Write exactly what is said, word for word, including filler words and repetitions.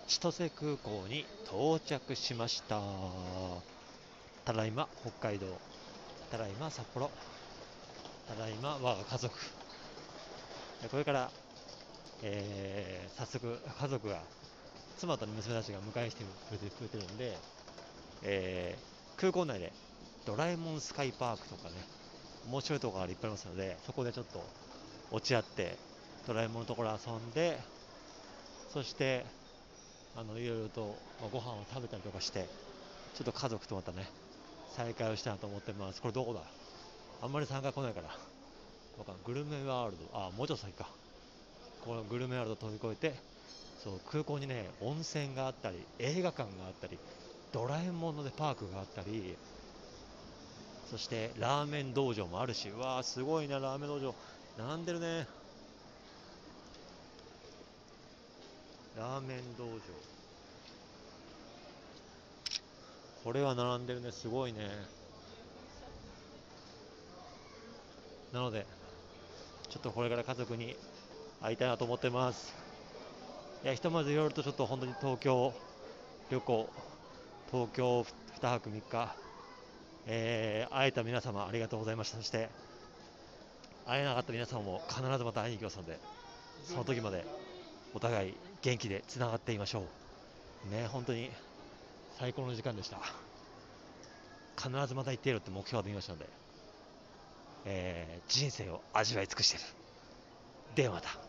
千歳空港に到着しました。ただいま北海道、ただいま札幌、ただいま我が家族。これから、えー早速家族が、妻と娘たちが迎えに来てくれてくれてるんで、えー空港内でドラえもんスカイパークとかね、面白いところがいっぱいありますので、そこでちょっと落ち合ってドラえもんのところ遊んで、そしてあのいろいろと、まあ、ご飯を食べたりとかして、ちょっと家族とまたね再会をしたいなと思ってます。これどこだ、あんまり参加来ないからわかんない。グルメワールド、あ、もうちょっと先か。このグルメワールド飛び越えて、そう空港にね温泉があったり映画館があったりドラえもんの、ね、パークがあったり、そしてラーメン道場もあるし、うわーすごいな、ラーメン道場並んでるね。ラーメン道場、これは並んでるね、すごいね。なのでちょっとこれから家族に会いたいなと思ってます。いや、ひとまずいろいろとちょっと本当に東京旅行、東京にはくみっか、えー会えた皆様ありがとうございました。そして会えなかった皆様も必ずまた会いに行きますので、その時までお互い元気でつながっていましょうね。本当に最高の時間でした。必ずまた行っているって目標ができましたので、えー人生を味わい尽くしている。ではまた。